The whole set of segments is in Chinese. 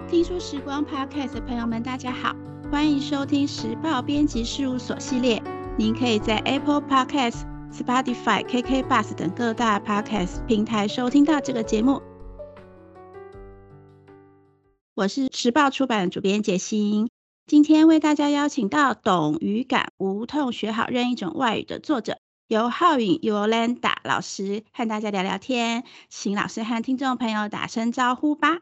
听书时光 Podcast 的朋友们，大家好，欢迎收听时报编辑事务所系列。您可以在 Apple Podcast、Spotify、KKBOX 等各大 Podcast 平台收听到这个节目。我是时报出版的主编杰欣，今天为大家邀请到懂语感无痛学好任一种外语的作者尤浩允 Yolanda 老师和大家聊聊天，请老师和听众朋友打声招呼吧。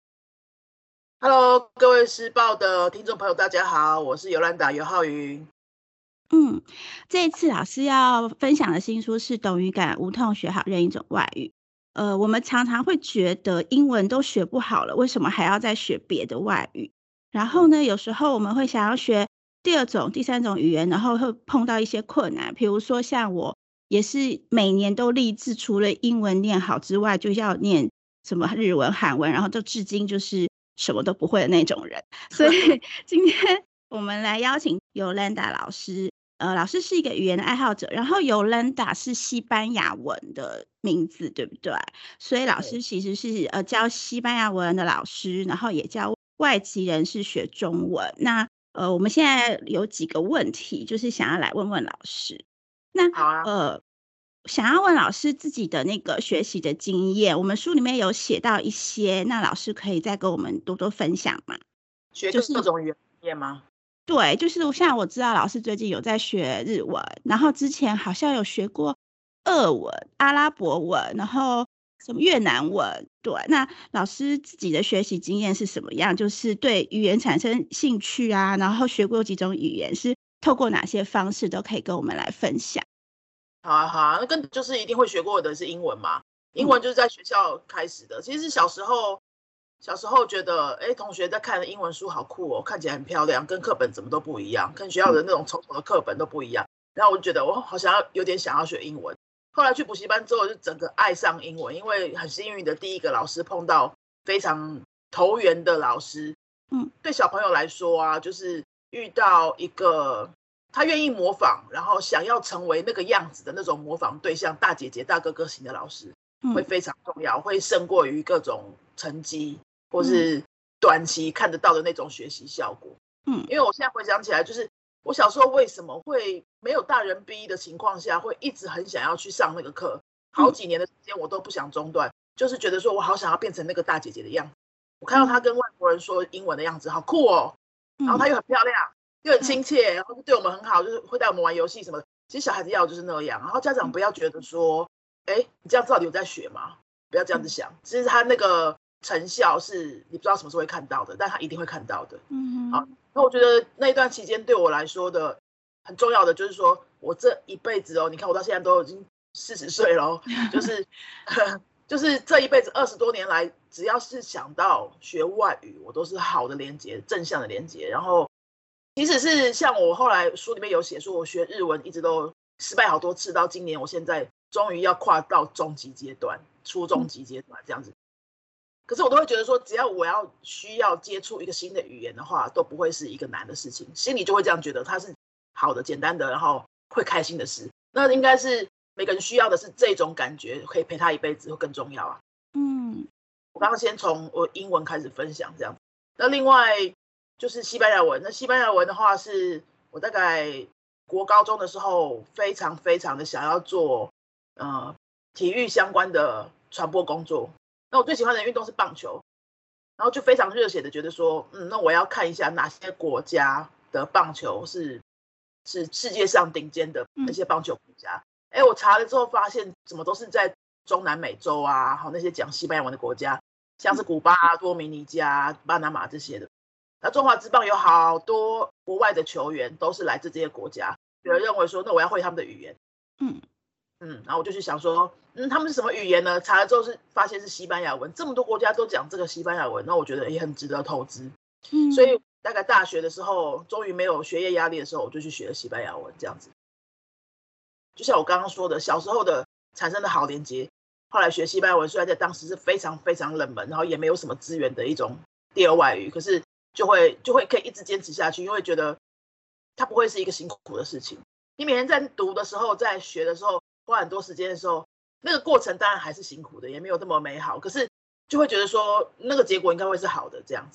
Hello， 各位时报的听众朋友，大家好，我是尤兰达尤浩允。 这一次老师要分享的新书是《懂语感无痛学好任一种外语》。我们常常会觉得英文都学不好了，为什么还要再学别的外语？然后呢，有时候我们会想要学第二种、第三种语言，然后会碰到一些困难。比如说像我也是每年都立志，除了英文念好之外，就要念什么日文、韩文，然后就至今就是什么都不会的那种人。所以今天我们来邀请Yolanda老师。老师是一个语言的爱好者，然后Yolanda是西班牙文的名字，对不对？所以老师其实是教西班牙文的老师，然后也教外籍人士学中文。那我们现在有几个问题，就是想要来问问老师。那好啊。 想要问老师自己的那个学习的经验，我们书里面有写到一些，那老师可以再跟我们多多分享吗？ 学各种语言经验吗？ 对，就是像我知道老师最近有在学日文，然后之前好像有学过俄文、阿拉伯文，然后什么越南文。对，那老师自己的学习经验是什么样？就是对语言产生兴趣啊，然后学过几种语言，是透过哪些方式都可以跟我们来分享。 好啊，那跟就是一定会学过的是英文嘛。英文就是在学校开始的。其实小时候觉得，同学在看的英文书好酷哦，看起来很漂亮，跟课本怎么都不一样，跟学校的那种丑丑的课本都不一样。然后我就觉得我好想要有点想要学英文。后来去补习班之后，就整个爱上英文，因为很幸运的第一个老师碰到非常投缘的老师。对小朋友来说啊，就是遇到一个他愿意模仿，然后想要成为那个样子的那种模仿对象，大姐姐大哥哥型的老师，会非常重要，会胜过于各种成绩或是短期看得到的那种学习效果。因为我现在回想起来，就是我小时候为什么会没有大人逼的情况下，会一直很想要去上那个课，好几年的时间我都不想中断，就是觉得说我好想要变成那个大姐姐的样子。我看到她跟外国人说英文的样子好酷哦，然后她又很漂亮又很亲切，然后对我们很好，就是会带我们玩游戏什么的。其实小孩子要的就是那样，然后家长不要觉得说你这样到底有在学吗？不要这样子想，其实他那个成效是你不知道什么时候会看到的，但他一定会看到的。那我觉得那一段期间对我来说的很重要的就是说，我这一辈子哦，你看我到现在都已经40岁了，就是这一辈子20多年来，只要是想到学外语，我都是好的连结，正向的连结。然后即使是像我后来书里面有写说，我学日文一直都失败好多次，到今年我现在终于要跨到中级阶段、初中级阶段这样子。可是我都会觉得说，只要我需要接触一个新的语言的话，都不会是一个难的事情，心里就会这样觉得它是好的、简单的，然后会开心的事。那应该是每个人需要的是这种感觉，可以陪他一辈子会更重要啊。我刚刚先从我英文开始分享这样。那另外就是西班牙文，那西班牙文的话是我大概国高中的时候非常非常的想要做体育相关的传播工作。那我最喜欢的运动是棒球，然后就非常热血的觉得说，那我要看一下哪些国家的棒球是世界上顶尖的那些棒球国家。我查了之后发现怎么都是在中南美洲啊，好那些讲西班牙文的国家，像是古巴、多米尼加、巴拿马这些的。那中华职棒有好多国外的球员都是来自这些国家，有人认为说，那我要会他们的语言。然后我就去想说，他们是什么语言呢？查了之后是发现是西班牙文，这么多国家都讲这个西班牙文，那我觉得也很值得投资。所以大概大学的时候，终于没有学业压力的时候，我就去学了西班牙文，这样子。就像我刚刚说的，小时候的产生的好连接，后来学西班牙文，虽然在当时是非常非常冷门，然后也没有什么资源的一种第二外语，可是就会可以一直坚持下去，因为觉得它不会是一个辛苦的事情。你每天在读的时候，在学的时候，花很多时间的时候，那个过程当然还是辛苦的，也没有那么美好，可是就会觉得说那个结果应该会是好的这样子。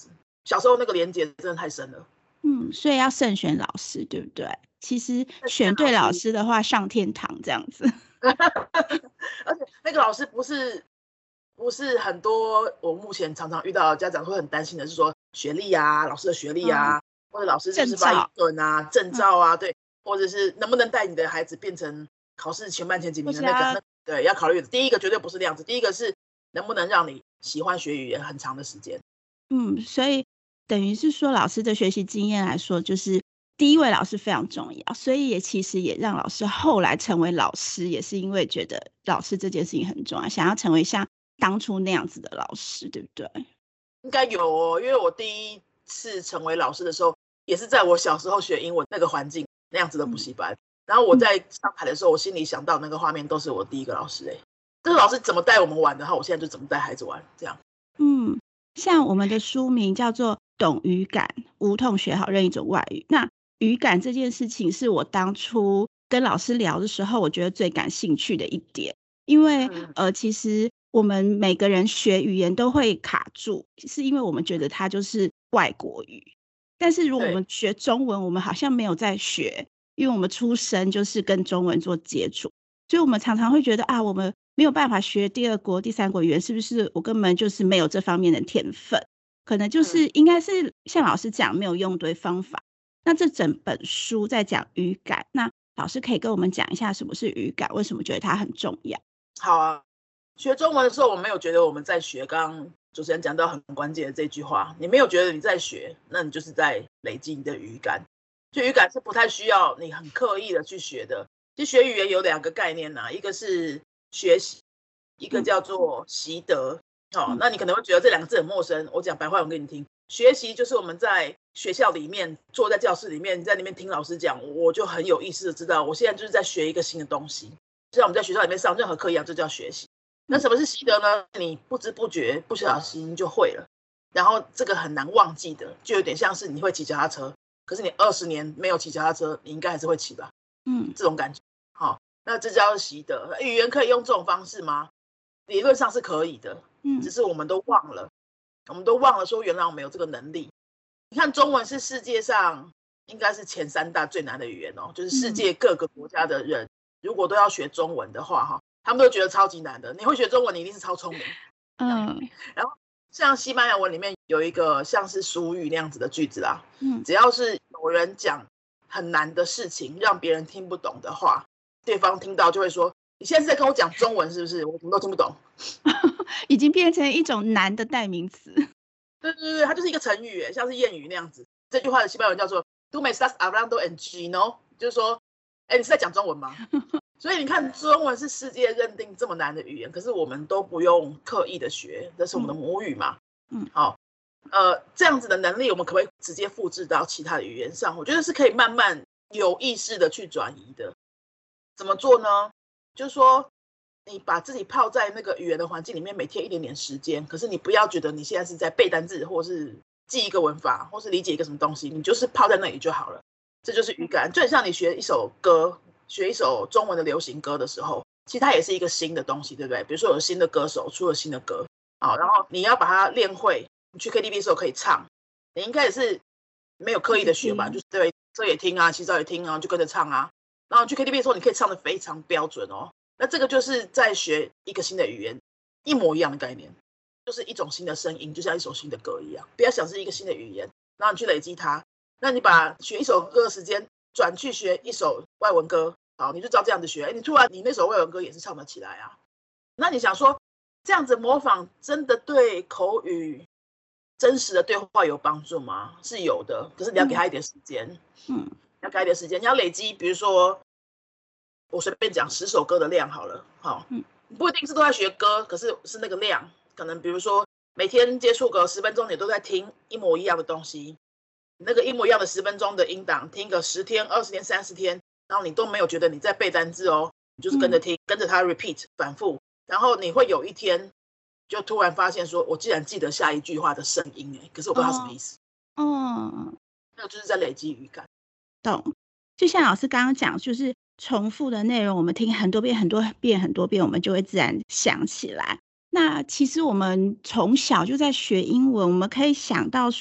小时候那个连结真的太深了。 所以要慎选老师，对不对？其实慎选选老师， 对老师的话，上天堂这样子。 而且那个老师不是很多，我目前常常遇到的家长会很担心的是说学历啊，老师的学历啊，或者老师是不证是发音照， 准啊、证照啊，对，或者是能不能带你的孩子变成考试全班前几名的或是要对，要考虑的。第一个绝对不是那样子，第一个是能不能让你喜欢学语言很长的时间。 所以等于是说，老师的学习经验来说，就是第一位老师非常重要，所以其实也让老师后来成为老师，也是因为觉得老师这件事情很重要，想要成为像当初那样子的老师，对不对？ 应该有哦，因为我第一次成为老师的时候，也是在我小时候学英文那个环境那样子的补习班。然后我在上台的时候，我心里想到那个画面都是我第一个老师这个老师怎么带我们玩的话，我现在就怎么带孩子玩，这样。 像我们的书名叫做《懂语感，无痛学好任意一种外语》。那语感这件事情是我当初跟老师聊的时候，我觉得最感兴趣的一点，因为其实我们每个人学语言都会卡住，是因为我们觉得它就是外国语。但是如果我们学中文，我们好像没有在学，因为我们出生就是跟中文做接触，所以我们常常会觉得我们没有办法学第二国、第三国语言，是不是我根本就是没有这方面的天分？可能就是应该是像老师讲，没有用对方法。那这整本书在讲语感，那老师可以跟我们讲一下什么是语感，为什么觉得它很重要？ 好啊，学中文的时候，我没有觉得我们在学，刚刚主持人讲到很关键的这句话，你没有觉得你在学，那你就是在累积你的语感。就语感是不太需要你很刻意的去学的。其实学语言有两个概念一个是学习，一个叫做习得。那你可能会觉得这两个字很陌生，我讲白话文给你听。学习就是我们在学校里面坐在教室里面，在那边听老师讲，我就很有意识的知道我现在就是在学一个新的东西，就像我们在学校里面上任何课一样，这叫学习。那什么是习得呢？你不知不觉不小心就会了，然后这个很难忘记的，就有点像是你会骑脚踏车，可是你20年没有骑脚踏车，你应该还是会骑吧，这种感觉。好，那这叫习得。语言可以用这种方式吗？理论上是可以的，只是我们都忘了，说原来我们有这个能力。你看中文是世界上应该是前3大最难的语言就是世界各个国家的人如果都要学中文的话他们都觉得超级难的。你会学中文，你一定是超聪明。然后像西班牙文里面有一个像是俗语那样子的句子啦，只要是有人讲很难的事情让别人听不懂的话，对方听到就会说你现在是在跟我讲中文是不是？我什么都听不懂。 已经变成一种难的代名词。 对，它就是一个成语像是谚语那样子。这句话的西班牙文叫做 "Tú me estás hablando en chino"， 就是说你是在讲中文吗？所以你看中文是世界认定这么难的语言，可是我们都不用刻意的学，这是我们的母语嘛。好，这样子的能力我们可不可以直接复制到其他的语言上？我觉得是可以慢慢有意识的去转移的。怎么做呢？就是说你把自己泡在那个语言的环境里面，每天一点点时间，可是你不要觉得你现在是在背单字或是记一个文法或是理解一个什么东西，你就是泡在那里就好了。这就是语感。就很像你学一首歌，学一首中文的流行歌的时候，其实它也是一个新的东西，对不对？比如说有新的歌手出了新的歌，然后你要把它练会，你去 KTV 的时候可以唱，你应该也是没有刻意的学吧，就是对，这也听洗澡也听就跟着唱然后去 KTV 的时候你可以唱得非常标准那这个就是在学一个新的语言，一模一样的概念，就是一种新的声音，就像一首新的歌一样。不要想是一个新的语言，然后你去累积它，那你把学一首歌的时间转去学一首外文歌，你就照这样子学，你突然你那首外文歌也是唱得起来那你想说这样子模仿真的对口语真实的对话有帮助吗？是有的，可是你要给他一点时间。要给他一点时间，你要累积，比如说我随便讲10首歌的量好了，不一定是都在学歌，可是是那个量，可能比如说每天接触个10分钟，你都在听一模一样的东西，那个一模一样的10分钟的音档，听个10天、20天、30天，然后你都没有觉得你在背单字你就是跟着听，跟着它 repeat 反复，然后你会有一天就突然发现说，我竟然记得下一句话的声音可是我不知道它什么意思。那个就是在累积语感。 懂，就像老师刚刚讲，就是重复的内容，我们听很多遍、很多遍、很多遍，我们就会自然想起来。那其实我们从小就在学英文，我们可以想到说，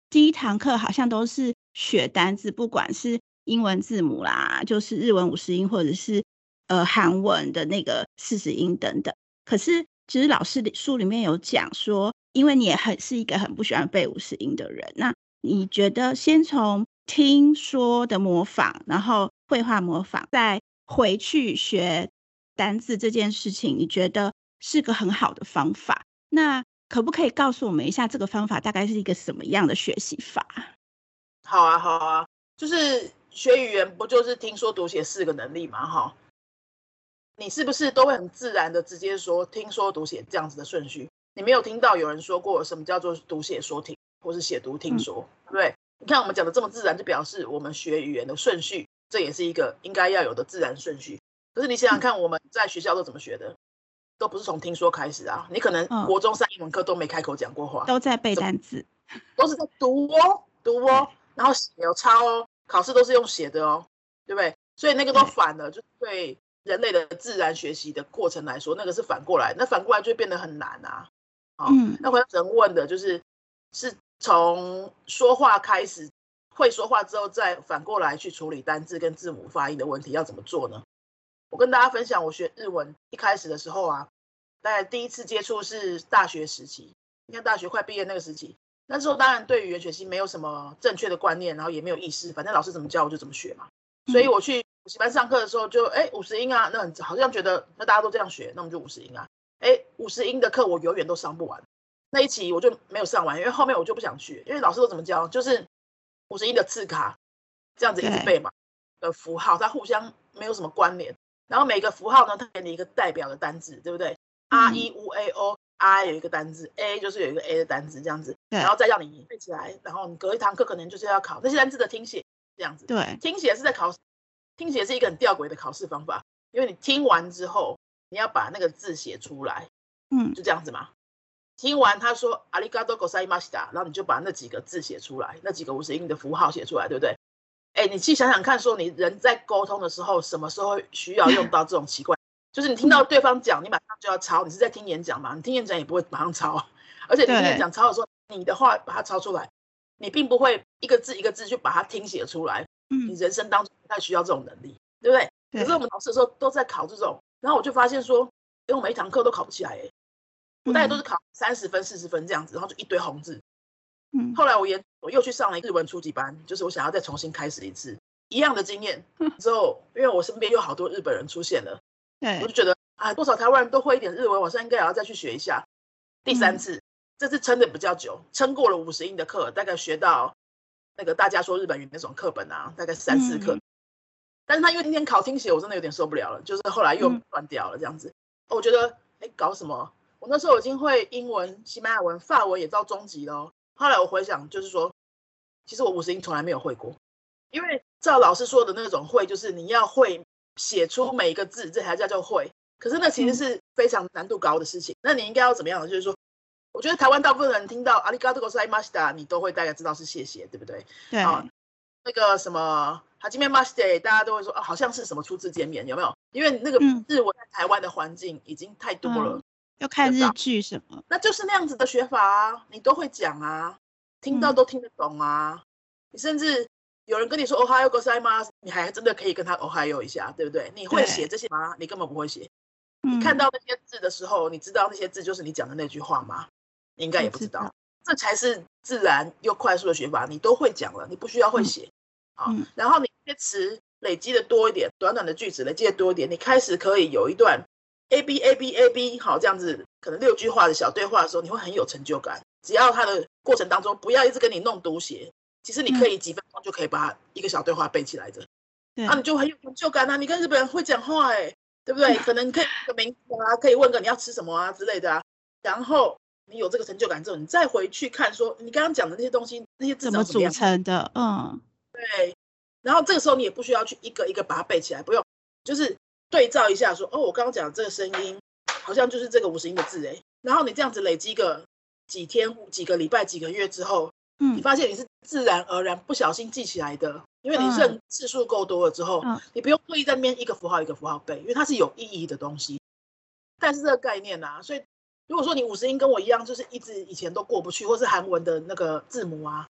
第一堂课好像都是学单字，不管是英文字母啦，就是日文50音，或者是韩文的那个40音等等。可是其实老师的书里面有讲说，因为你也是一个很不喜欢背50音的人，那你觉得先从听说的模仿，然后绘画模仿，再回去学单字这件事情，你觉得是个很好的方法？那可不可以告诉我们一下，这个方法大概是一个什么样的学习法？ 好啊，好啊，就是学语言不就是听说读写4个能力嘛，哈。你是不是都会很自然的直接说听说读写这样子的顺序？你没有听到有人说过什么叫做读写说听，或是写读听说，对不对？你看我们讲的这么自然，就表示我们学语言的顺序，这也是一个应该要有的自然顺序。可是你想想看，我们在学校都怎么学的？都不是从听说开始啊！你可能国中3英文课都没开口讲过话， 都在背单词， 都是在读哦，读哦，然后写哦，抄哦，考试都是用写的哦，对不对？所以那个都反了，就是对人类的自然学习的过程来说，那个是反过来，那反过来就会变得很难啊。好，那回到人问的就是从说话开始，会说话之后再反过来去处理单字跟字母发音的问题，要怎么做呢？我跟大家分享，我学日文一开始的时候啊，大概第一次接触是大学时期，你看大学快毕业那个时期，那时候当然对语言学习没有什么正确的观念，然后也没有意识，反正老师怎么教我就怎么学嘛。所以我去补习班上课的时候就50音啊，那好像觉得那大家都这样学，那我们就50音啊。50音的课我永远都上不完，那一期我就没有上完，因为后面我就不想去，因为老师都怎么教，就是50音的字卡这样子一直背嘛，的符号它互相没有什么关联。然后每个符号呢，它给你一个代表的单字，对不对？R E U A O，I 有一个单字 ，A 就是有一个 A 的单字这样子，然后再让你背起来，然后你隔一堂课可能就是要考那些单字的听写这样子。 对， 听写是在考，听写是一个很吊诡的考试方法，因为你听完之后，你要把那个字写出来，就这样子嘛。听完他说ありがとうございました，然后你就把那几个字写出来，那几个50音的符号写出来，对不对？你去想想看，说你人在沟通的时候，什么时候需要用到这种奇怪？就是你听到对方讲，你马上就要抄。你是在听演讲嘛？你听演讲也不会马上抄，而且你听演讲抄的时候，你的话把它抄出来，你并不会一个字一个字去把它听写出来。你人生当中不太需要这种能力，对不对？可是我们考试的时候都在考这种，然后我就发现说，我每一堂课都考不起来，我大概都是考30分、40分这样子，然后就一堆红字。后来我又去上了日文初级班，就是我想要再重新开始一次，一样的经验之后，因为我身边有好多日本人出现了，我就觉得多少台湾人都会一点日文，我现在应该也要再去学一下。第3次，这次撑的比较久，撑过了50音的课，大概学到那个大家说日本语那种课本啊，大概3、4课。但是他因为今天考听写，我真的有点受不了了，就是后来又断掉了这样子。我觉得搞什么？我那时候已经会英文、西班牙文、法文也到中级了。后来我回想，就是说，其实我50音从来没有会过，因为照老师说的那种会，就是你要会写出每一个字，这才叫做会。可是那其实是非常难度高的事情。那你应该要怎么样呢？就是说，我觉得台湾大部分人听到ありがとうございました，你都会大概知道是谢谢，对不对？ 对。 那个什么はじめまして，大家都会说好像是什么初次见面，有没有？因为那个日文在台湾的环境已经太多了。 要看日剧什么， 那就是那样子的学法啊，你都会讲啊，听到都听得懂啊。你甚至有人跟你说 Ohayo gozaimasu， 你还真的可以跟他 Ohayo 一下，对不对？你会写这些吗？你根本不会写。你看到那些字的时候，你知道那些字就是你讲的那句话吗？你应该也不知道。这才是自然又快速的学法，你都会讲了，你不需要会写。然后你这些词累积的多一点，短短的句子累积的多一点，你开始可以有一段A B A B A B 好这样子，可能6句话的小对话的时候，你会很有成就感。只要它的过程当中不要一直跟你弄读写，其实你可以几分钟就可以把一个小对话背起来的。你就很有成就感啊！你跟日本人会讲话对不对？可能可以问个名字啊，可以问个你要吃什么啊之类的啊。然后你有这个成就感之后，你再回去看说你刚刚讲的那些东西，那些字怎么组成的？ 对。然后这个时候你也不需要去一个一个把它背起来，不用，就是对照一下说我刚刚讲的这个声音好像就是这个50音的字然后你这样子累积个几天、几个礼拜、几个月之后，你发现你是自然而然不小心记起来的，因为你认次数够多了之后，你不用刻意在那边一个符号一个符号背，因为它是有意义的东西。但是这个概念所以如果说你50音跟我一样，就是一直以前都过不去，或是韩文的那个字母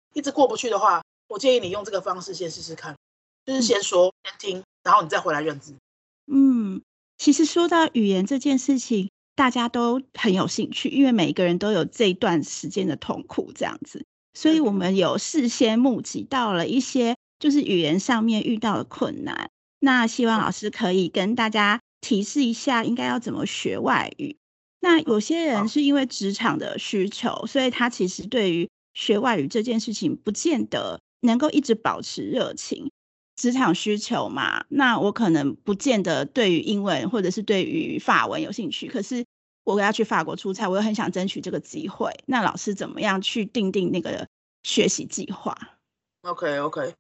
一直过不去的话，我建议你用这个方式先试试看，就是先说先听，然后你再回来认字。 其实说到语言这件事情，大家都很有兴趣，因为每个人都有这一段时间的痛苦这样子，所以我们有事先募集到了一些就是语言上面遇到的困难。那希望老师可以跟大家提示一下，应该要怎么学外语。那有些人是因为职场的需求，所以他其实对于学外语这件事情不见得能够一直保持热情。职场需求嘛，那我可能不见得对于英文或者是对于法文有兴趣，可是我要去法国出差，我又很想争取这个机会。那老师怎么样去定那个学习计划？ OK，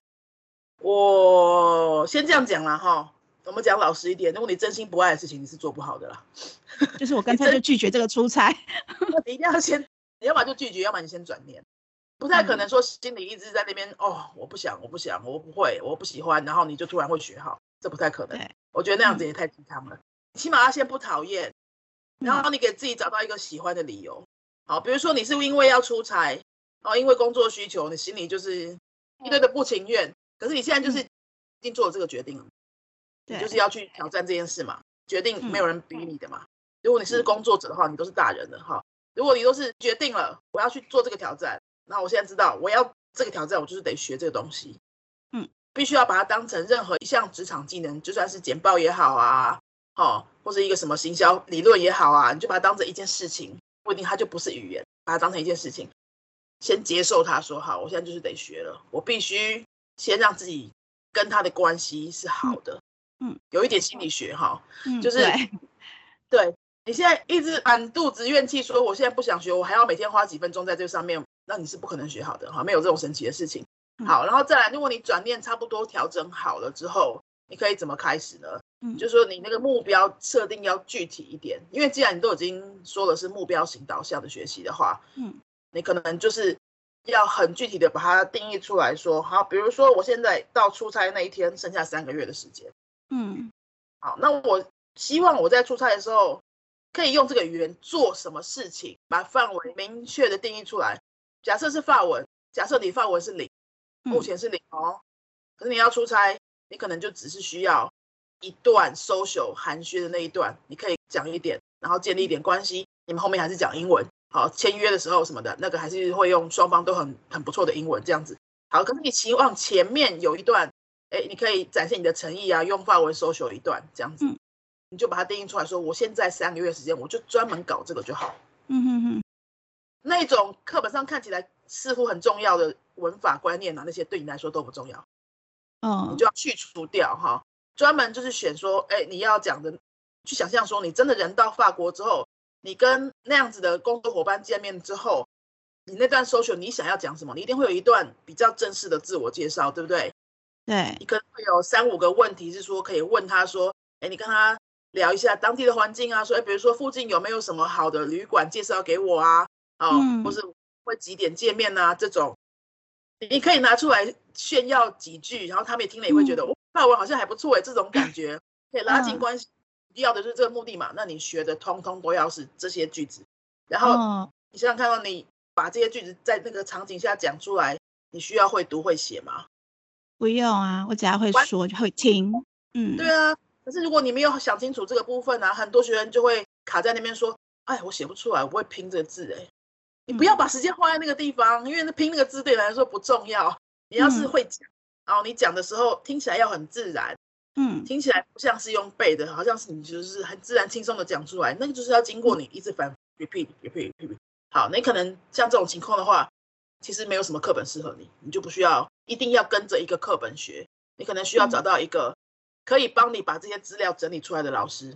我先这样讲啦哈。我们讲老实一点，如果你真心不爱的事情，你是做不好的啦。 就是我干脆就拒绝这个出差。 你一定要先，你要么就拒绝，要么你先转念。不太可能说心里一直在那边我不想，我不会，我不喜欢，然后你就突然会学好，这不太可能。我觉得那样子也太鸡汤了。起码要先不讨厌，然后你给自己找到一个喜欢的理由。好，比如说你是因为要出差，因为工作需求，你心里就是一堆的不情愿，可是你现在就是已经做了这个决定了，你就是要去挑战这件事嘛，决定没有人逼你的嘛。如果你是工作者的话，你都是大人的哈。如果你都是决定了我要去做这个挑战，那我现在知道我要这个挑战，我就是得学这个东西。必须要把它当成任何一项职场技能，就算是简报也好啊，或者一个什么行销理论也好啊，你就把它当成一件事情，不一定它就不是语言，把它当成一件事情，先接受它，说好，我现在就是得学了，我必须先让自己跟它的关系是好的。有一点心理学哈，就是对你现在一直满肚子怨气，说我现在不想学，我还要每天花几分钟在这上面，那你是不可能学好的哈，没有这种神奇的事情。好，然后再来，如果你转念差不多调整好了之后，你可以怎么开始呢？就是说你那个目标设定要具体一点，因为既然你都已经说的是目标型导向的学习的话，你可能就是要很具体的把它定义出来说，好，比如说我现在到出差那一天剩下3个月的时间，好，那我希望我在出差的时候可以用这个语言做什么事情，把范围明确的定义出来。假设是法文，假设你法文是0，目前是0可是你要出差，你可能就只是需要一段 social 寒暄的那一段，你可以讲一点，然后建立一点关系，你们后面还是讲英文，好，签约的时候什么的，那个还是会用双方都很不错的英文这样子。好，可是你期望前面有一段，你可以展现你的诚意啊，用法文 social 一段这样子，你就把它定义出来说，我现在3个月时间，我就专门搞这个就好。那种课本上看起来似乎很重要的文法观念啊，那些对你来说都不重要，你就要去除掉哈。专门就是选说，你要讲的，去想象说，你真的人到法国之后，你跟那样子的工作伙伴见面之后，你那段 social 你想要讲什么？你一定会有一段比较正式的自我介绍，对不对？ 对， 你可能会有3、5个问题是说可以问他说，你跟他聊一下当地的环境啊，说，比如说附近有没有什么好的旅馆介绍给我啊，或是会几点见面啊，这种你可以拿出来炫耀几句，然后他们也听了也会觉得，法文好像还不错这种感觉可以拉近关系。要的就是这个目的嘛，那你学的通通都要是这些句子，然后你想想看到你把这些句子在那个场景下讲出来，你需要会读会写吗？ 不用啊，我只要会说就会听。 对啊，可是如果你没有想清楚这个部分啊，很多学生就会卡在那边说，我写不出来，我不会拼这个字。你不要把时间花在那个地方，因为拼那个字对你来说不重要。你要是会讲，你讲的时候听起来要很自然，听起来不像是用背的，好像是你就是很自然轻松的讲出来，那个就是要经过你一直反复 repeat。好，你可能像这种情况的话，其实没有什么课本适合你，你就不需要一定要跟着一个课本学，你可能需要找到一个可以帮你把这些资料整理出来的老师。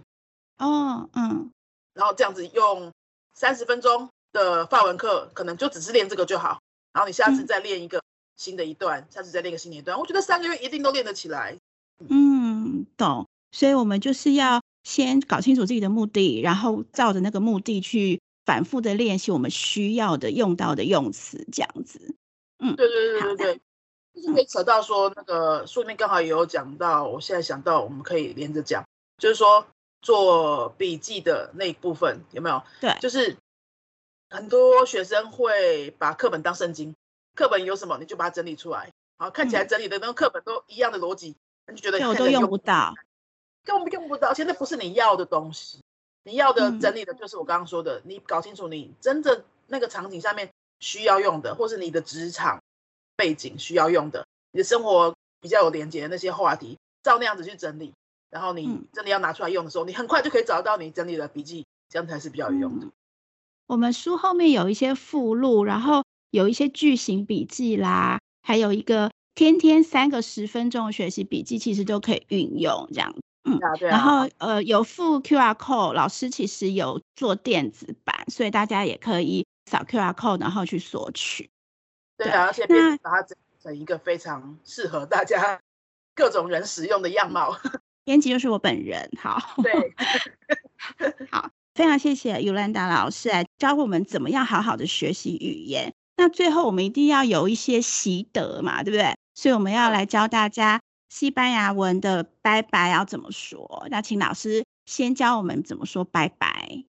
然后这样子用30分钟的法文课，可能就只是练这个就好，然后你下次再练一个新的一段，下次再练一个新的一段，我觉得3个月一定都练得起来。 懂。所以我们就是要先搞清楚自己的目的，然后照着那个目的去反复的练习我们需要的用到的用词，这样子。 对，就是可以扯到说那个书里面刚好也有讲到，我现在想到我们可以连着讲，就是说做笔记的那一部分有没有？ 对， 就是很多学生会把课本当圣经， 课本有什么你就把它整理出来，好，看起来整理的那个课本都一样的逻辑，你就觉得我都用不到， 根本用不到。现在不是你要的东西，你要的整理的就是我刚刚说的，你搞清楚你真正那个场景下面需要用的，或是你的职场背景需要用的，你的生活比较有连结的那些话题，照那样子去整理，然后你真的要拿出来用的时候，你很快就可以找到你整理的笔记，这样才是比较有用的。 我们书后面有一些附录，然后有一些句型笔记啦，还有一个天天3个10分钟的学习笔记，其实都可以运用这样。 对啊。 然后有附 QR code， 老师其实有做电子版，所以大家也可以扫 QR code 然后去索取。 对啊，而且编辑把它整成一个非常适合大家各种人使用的样貌。 编辑就是我本人，好。 对。 好，非常谢谢 Yolanda 老师来教我们怎么样好好的学习语言。那最后我们一定要有一些习得嘛，对不对？所以我们要来教大家西班牙文的拜拜要怎么说。那请老师先教我们怎么说拜拜。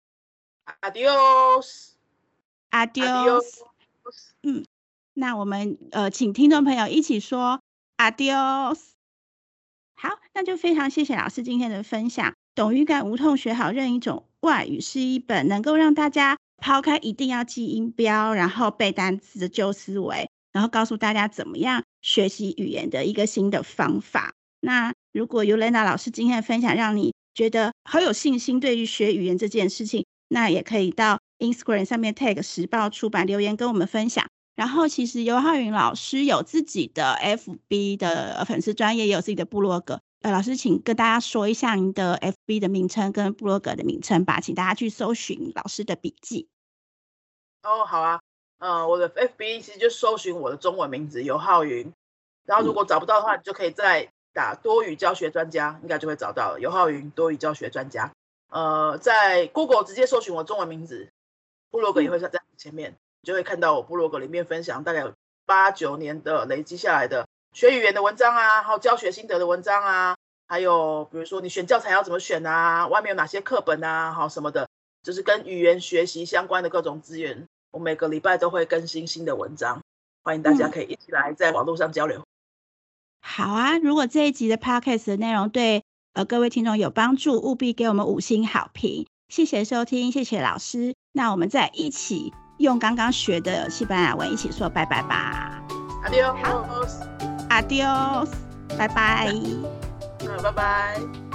Adios。 Adios。那我们请听众朋友一起说 Adios。好，那就非常谢谢老师今天的分享。懂语感无痛学好任一种外语是一本能够让大家抛开一定要记音标，然后背单词的旧思维，然后告诉大家怎么样学习语言的一个新的方法。那如果Yolanda老师今天的分享让你觉得好有信心对于学语言这件事情，那也可以到 Instagram 上面 tag 时报出版留言跟我们分享。然后其实尤浩云老师有自己的 FB 的粉丝专页，也有自己的部落格。老师请跟大家说一下您的 FB 的名称跟部落格的名称吧，请大家去搜寻老师的笔记。 好啊。我的 FB 其实就搜寻我的中文名字尤浩云，然后如果找不到的话，你就可以再打多语教学专家，应该就会找到了尤浩云多语教学专家。在 Google 直接搜寻我中文名字，部落格也会在前面，你就会看到我部落格里面分享大概有8、9年的累积下来的学语言的文章啊，还有教学心得的文章啊，还有比如说你选教材要怎么选啊，外面有哪些课本啊，好什么的，就是跟语言学习相关的各种资源，我每个礼拜都会更新新的文章，欢迎大家可以一起来在网络上交流。 好啊，如果这一集的 podcast 的内容对各位听众有帮助，务必给我们5星好评。谢谢收听，谢谢老师。那我们再一起用刚刚学的西班牙文一起说拜拜吧。 Adios。 Adios。拜拜。 拜拜。